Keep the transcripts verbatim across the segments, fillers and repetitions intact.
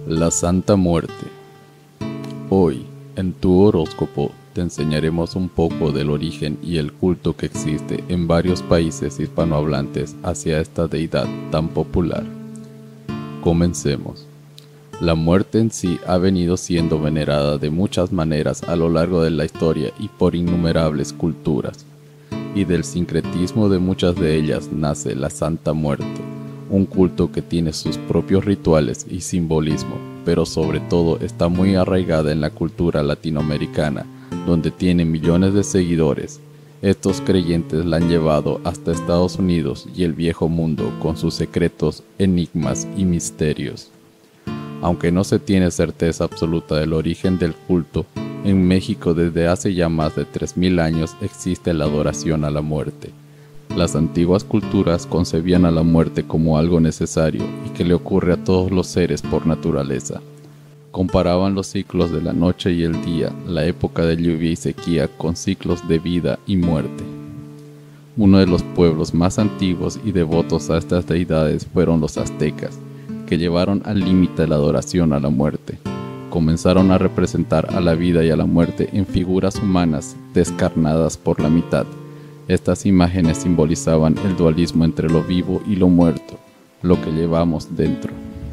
La Santa Muerte. Hoy, en tu horóscopo, te enseñaremos un poco del origen y el culto que existe en varios países hispanohablantes hacia esta deidad tan popular. Comencemos. La muerte en sí ha venido siendo venerada de muchas maneras a lo largo de la historia y por innumerables culturas, y del sincretismo de muchas de ellas nace la Santa Muerte, un culto que tiene sus propios rituales y simbolismo, pero sobre todo está muy arraigada en la cultura latinoamericana, donde tiene millones de seguidores. Estos creyentes la han llevado hasta Estados Unidos y el viejo mundo con sus secretos, enigmas y misterios. Aunque no se tiene certeza absoluta del origen del culto, en México desde hace ya más de tres mil años existe la adoración a la muerte. Las antiguas culturas concebían a la muerte como algo necesario y que le ocurre a todos los seres por naturaleza. Comparaban los ciclos de la noche y el día, la época de lluvia y sequía, con ciclos de vida y muerte. Uno de los pueblos más antiguos y devotos a estas deidades fueron los aztecas, que llevaron al límite la adoración a la muerte. Comenzaron a representar a la vida y a la muerte en figuras humanas descarnadas por la mitad. Estas imágenes simbolizaban el dualismo entre lo vivo y lo muerto, lo que llevamos dentro.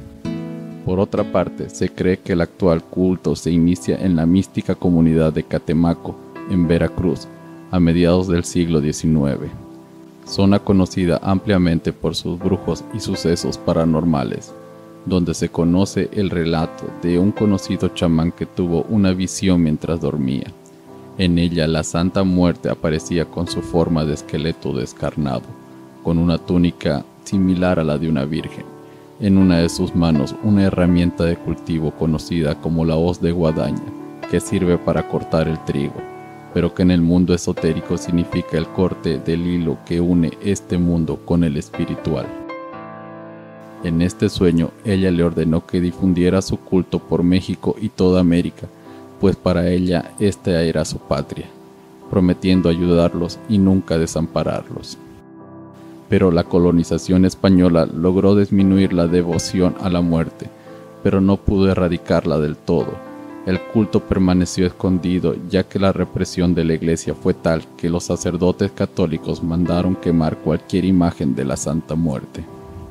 Por otra parte, se cree que el actual culto se inicia en la mística comunidad de Catemaco, en Veracruz, a mediados del siglo diecinueve. Zona conocida ampliamente por sus brujos y sucesos paranormales, donde se conoce el relato de un conocido chamán que tuvo una visión mientras dormía. En ella la Santa Muerte aparecía con su forma de esqueleto descarnado, con una túnica similar a la de una virgen. En una de sus manos una herramienta de cultivo conocida como la hoz de guadaña, que sirve para cortar el trigo, pero que en el mundo esotérico significa el corte del hilo que une este mundo con el espiritual. En este sueño ella le ordenó que difundiera su culto por México y toda América, pues para ella esta era su patria, prometiendo ayudarlos y nunca desampararlos. Pero la colonización española logró disminuir la devoción a la muerte, pero no pudo erradicarla del todo. El culto permaneció escondido, ya que la represión de la Iglesia fue tal que los sacerdotes católicos mandaron quemar cualquier imagen de la Santa Muerte.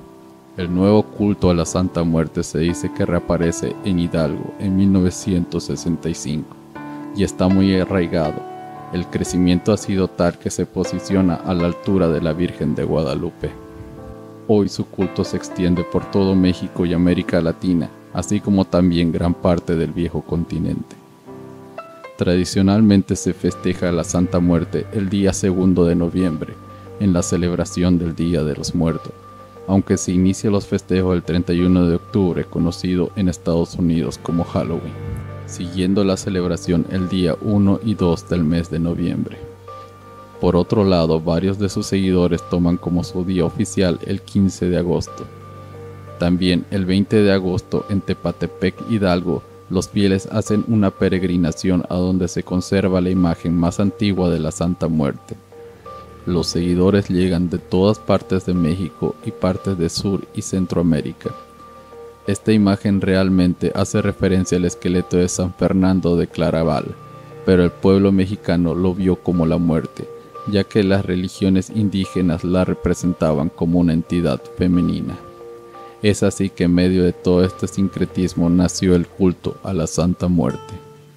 El nuevo culto a la Santa Muerte se dice que reaparece en Hidalgo en mil novecientos sesenta y cinco y está muy arraigado. El crecimiento ha sido tal que se posiciona a la altura de la Virgen de Guadalupe. Hoy su culto se extiende por todo México y América Latina, así como también gran parte del viejo continente. Tradicionalmente se festeja la Santa Muerte el día segundo de noviembre, en la celebración del Día de los Muertos, aunque se inicia los festejos el treinta y uno de octubre, conocido en Estados Unidos como Halloween, siguiendo la celebración el día uno y dos del mes de noviembre. Por otro lado, varios de sus seguidores toman como su día oficial el quince de agosto. También el veinte de agosto en Tepatepec, Hidalgo, los fieles hacen una peregrinación a donde se conserva la imagen más antigua de la Santa Muerte. Los seguidores llegan de todas partes de México y partes de Sur y Centroamérica. Esta imagen realmente hace referencia al esqueleto de San Fernando de Claraval, pero el pueblo mexicano lo vio como la muerte, ya que las religiones indígenas la representaban como una entidad femenina. Es así que en medio de todo este sincretismo nació el culto a la Santa Muerte.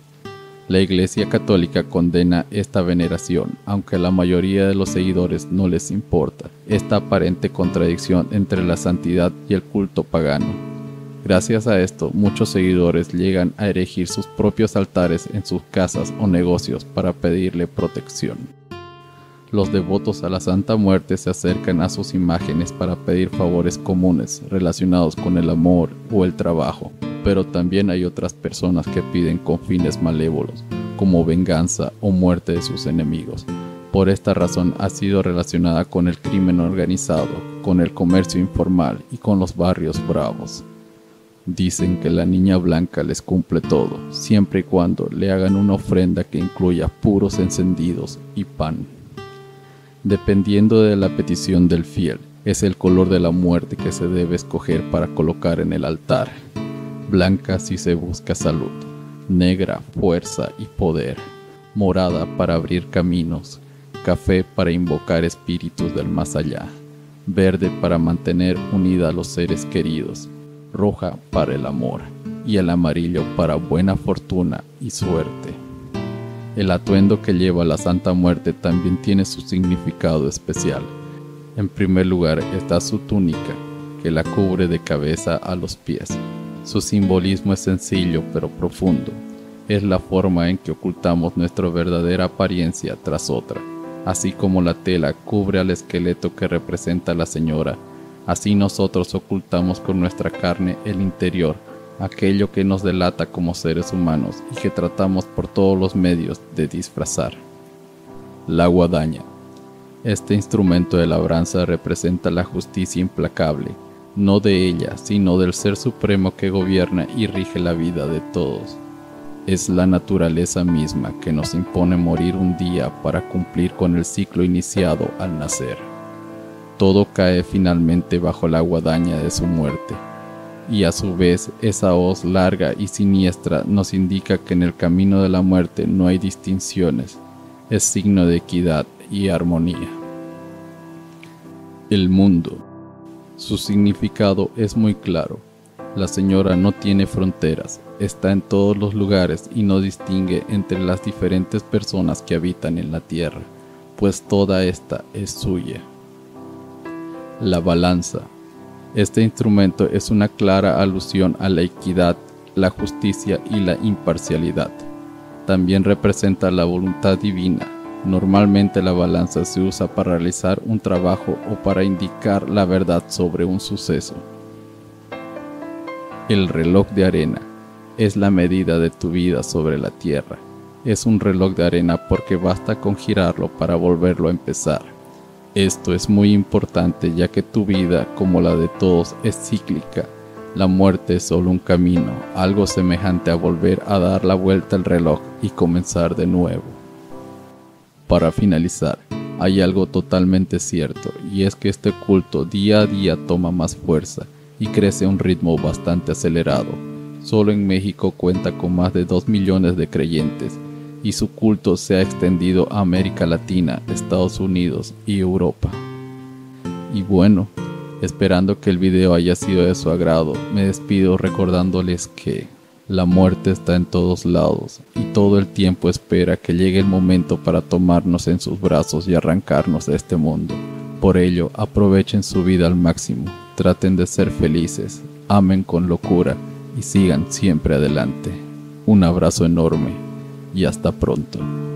La Iglesia Católica condena esta veneración, aunque a la mayoría de los seguidores no les importa esta aparente contradicción entre la santidad y el culto pagano. Gracias a esto, muchos seguidores llegan a erigir sus propios altares en sus casas o negocios para pedirle protección. Los devotos a la Santa Muerte se acercan a sus imágenes para pedir favores comunes relacionados con el amor o el trabajo, pero también hay otras personas que piden con fines malévolos, como venganza o muerte de sus enemigos. Por esta razón ha sido relacionada con el crimen organizado, con el comercio informal y con los barrios bravos. Dicen que la niña blanca les cumple todo, siempre y cuando le hagan una ofrenda que incluya puros encendidos y pan. Dependiendo de la petición del fiel, es el color de la muerte que se debe escoger para colocar en el altar. blanca si se busca salud, negra fuerza y poder, morada para abrir caminos, café para invocar espíritus del más allá, verde para mantener unida a los seres queridos, roja para el amor y el amarillo para buena fortuna y suerte. El atuendo que lleva la Santa Muerte también tiene su significado especial. En primer lugar está su túnica, que la cubre de cabeza a los pies. Su simbolismo es sencillo pero profundo. Es la forma en que ocultamos nuestra verdadera apariencia tras otra. Así como la tela cubre al esqueleto que representa a la Señora, así nosotros ocultamos con nuestra carne el interior, aquello que nos delata como seres humanos y que tratamos por todos los medios de disfrazar. La guadaña. Este instrumento de labranza representa la justicia implacable, no de ella, sino del Ser Supremo que gobierna y rige la vida de todos. Es la naturaleza misma que nos impone morir un día para cumplir con el ciclo iniciado al nacer. Todo cae finalmente bajo la guadaña de su muerte, y a su vez esa hoz larga y siniestra nos indica que en el camino de la muerte no hay distinciones, es signo de equidad y armonía. El mundo. Su significado es muy claro. La Señora no tiene fronteras, está en todos los lugares y no distingue entre las diferentes personas que habitan en la tierra, pues toda esta es suya. La balanza. Este instrumento es una clara alusión a la equidad, la justicia y la imparcialidad. También representa la voluntad divina. Normalmente la balanza se usa para realizar un trabajo o para indicar la verdad sobre un suceso. El reloj de arena es la medida de tu vida sobre la tierra. Es un reloj de arena porque basta con girarlo para volverlo a empezar. Esto es muy importante ya que tu vida, como la de todos, es cíclica. La muerte es solo un camino, algo semejante a volver a dar la vuelta al reloj y comenzar de nuevo. Para finalizar, hay algo totalmente cierto, y es que este culto día a día toma más fuerza y crece a un ritmo bastante acelerado. Solo en México cuenta con más de dos millones de creyentes, y su culto se ha extendido a América Latina, Estados Unidos y Europa. Y bueno, esperando que el video haya sido de su agrado, me despido recordándoles que la muerte está en todos lados y todo el tiempo espera que llegue el momento para tomarnos en sus brazos y arrancarnos de este mundo. Por ello, aprovechen su vida al máximo, traten de ser felices, amen con locura y sigan siempre adelante. Un abrazo enorme y hasta pronto.